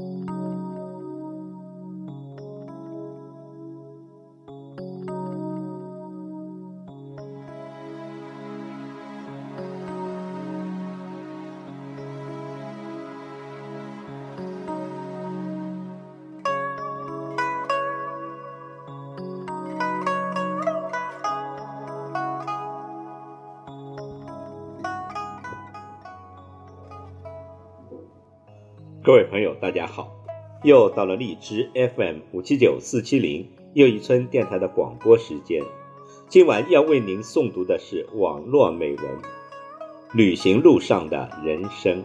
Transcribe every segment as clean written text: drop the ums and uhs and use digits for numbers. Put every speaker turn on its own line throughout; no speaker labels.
各位朋友大家好，又到了荔枝 FM579470又一村电台的广播时间。今晚要为您诵读的是网络美文《旅行路上的人生》。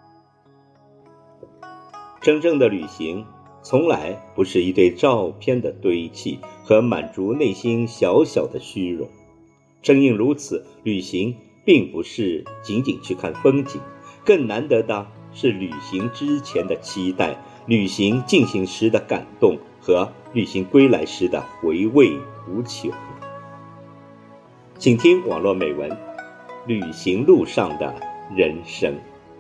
真正的旅行从来不是一堆照片的堆砌和满足内心小小的虚荣。正因如此，旅行并不是仅仅去看风景，更难得的是旅行之前的期待，旅行进行时的感动和旅行归来时的回味无穷。请听网络美文《旅行路上的人生》。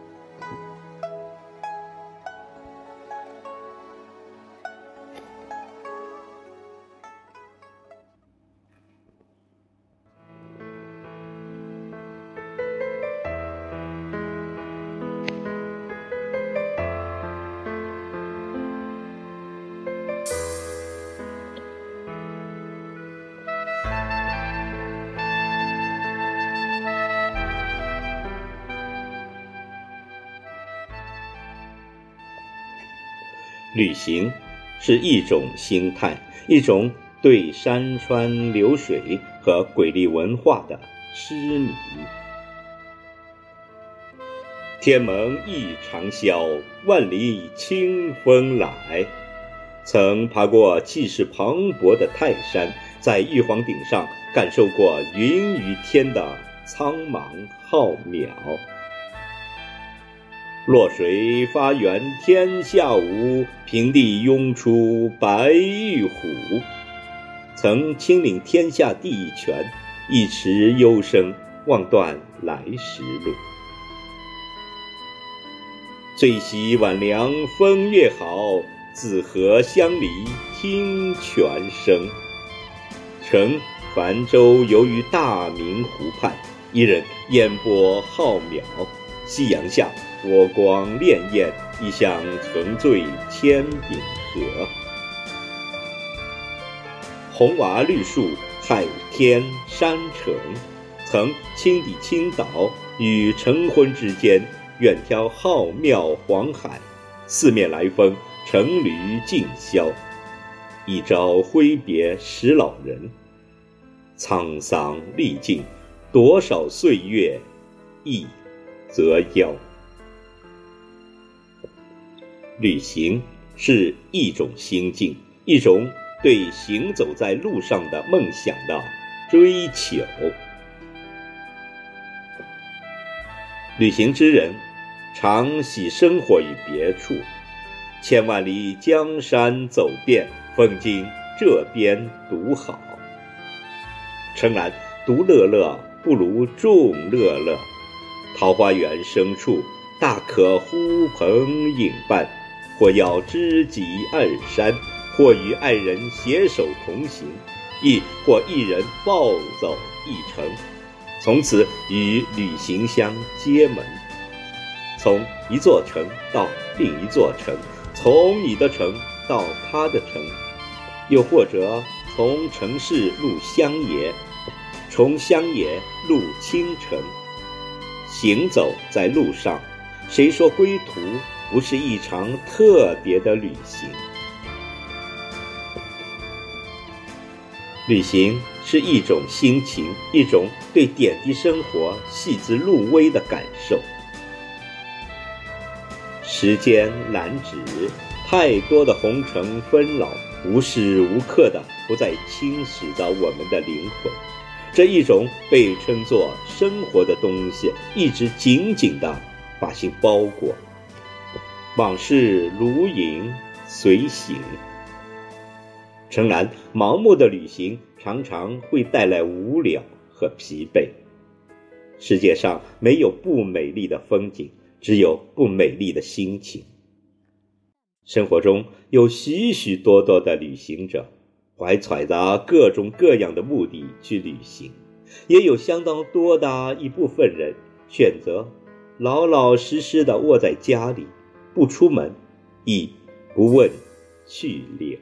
旅行是一种心态，一种对山川流水和瑰丽文化的痴迷。天蒙一长啸，万里清风来。曾爬过气势磅礴的泰山，在玉皇顶上感受过云与天的苍茫浩渺。落水发源天下无，平地涌出白玉虎。曾亲临天下第一泉，一池幽声，望断来时路。最喜晚凉风月好，自河乡里听泉声。乘帆舟游于大明湖畔，一人烟波浩渺。夕阳下波光潋滟，一向沉醉千柄河。红瓦绿树，海天山城。曾亲抵青岛，与晨昏之间，远眺浩渺黄海。四面来风，乘驴尽消。一朝挥别时老人，沧桑历尽，多少岁月一则夭。旅行是一种心境，一种对行走在路上的梦想的追求。旅行之人常喜生活于别处，千万里江山走遍，风景这边独好。诚然，独乐乐不如众乐乐。桃花源深处，大可呼朋引伴，或邀知己二山，或与爱人携手同行，亦或一人暴走一程，从此与旅行相结盟。从一座城到另一座城，从你的城到他的城，又或者从城市入乡野，从乡野入倾城。行走在路上，谁说归途不是一场特别的旅行？旅行是一种心情，一种对点滴生活细致入微的感受。时间难指，太多的红尘纷扰，无时无刻的不再侵蚀着我们的灵魂。这一种被称作生活的东西，一直紧紧地把心包裹。往事如影随形。诚然，盲目的旅行常常会带来无聊和疲惫。世界上没有不美丽的风景，只有不美丽的心情。 生活中有许许多多的旅行者，怀揣着各种各样的目的去旅行，也有相当多的一部分人选择老老实实地窝在家里，不出门，亦不问去留。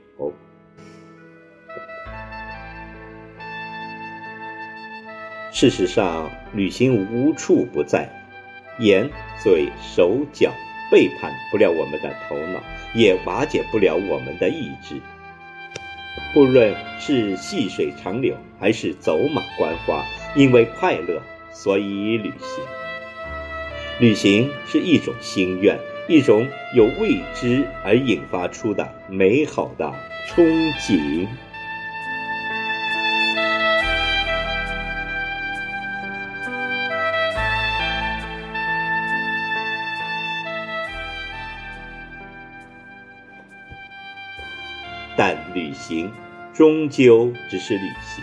事实上，旅行无处不在，眼、嘴、手、脚背叛不了我们的头脑，也瓦解不了我们的意志。不论是细水长流，还是走马观花，因为快乐，所以旅行。旅行是一种心愿，一种由未知而引发出的美好的憧憬。但旅行终究只是旅行。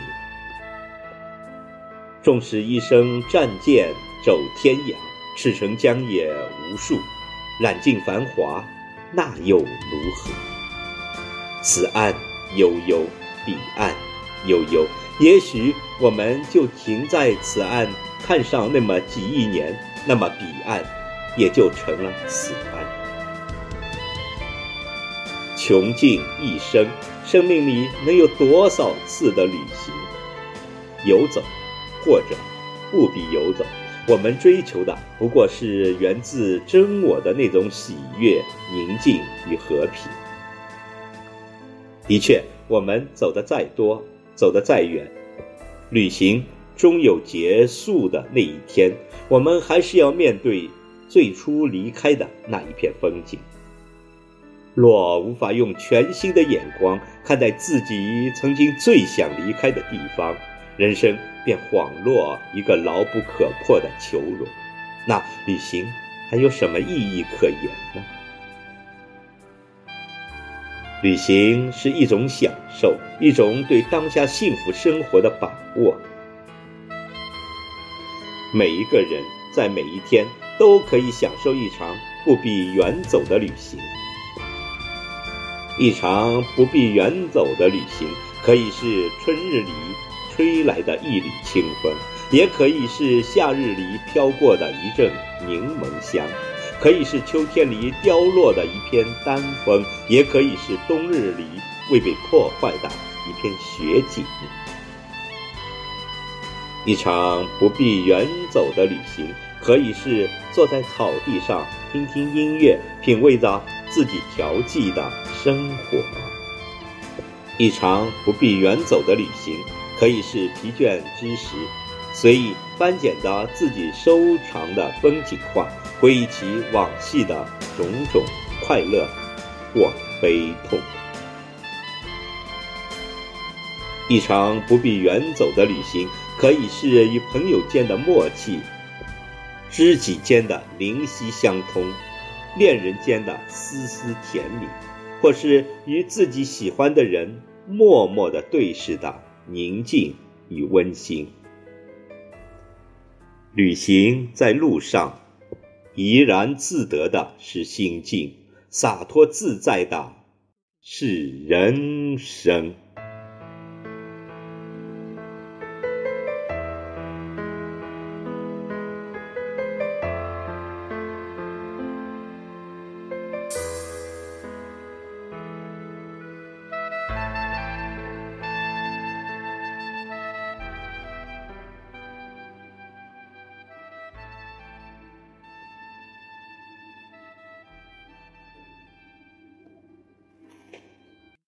纵使一生战舰走天涯，驰骋疆野无数，览尽繁华，那又如何？此岸悠悠，彼岸悠悠，也许我们就停在此岸看上那么几亿年，那么彼岸也就成了此岸。穷尽一生，生命里能有多少次的旅行？游走，或者不必游走，我们追求的不过是源自真我的那种喜悦、宁静与和平。的确，我们走得再多，走得再远，旅行终有结束的那一天，我们还是要面对最初离开的那一片风景。若无法用全新的眼光看待自己曾经最想离开的地方，人生便恍若一个牢不可破的囚笼，那旅行还有什么意义可言呢？旅行是一种享受，一种对当下幸福生活的把握。每一个人在每一天都可以享受一场不必远走的旅行。一场不必远走的旅行，可以是春日里吹来的一缕清风，也可以是夏日里飘过的一阵柠檬香，可以是秋天里凋落的一片丹枫，也可以是冬日里未被破坏的一片雪景。一场不必远走的旅行，可以是坐在草地上听听音乐，品味着自己调剂的生活。一场不必远走的旅行，可以是疲倦之时，随意翻捡着自己收藏的风景画，回忆起往昔的种种快乐或悲痛。一场不必远走的旅行，可以是与朋友间的默契，知己间的灵犀相通，恋人间的丝丝甜蜜，或是与自己喜欢的人默默地对视的宁静与温馨。旅行在路上，怡然自得的是心境，洒脱自在的是人生。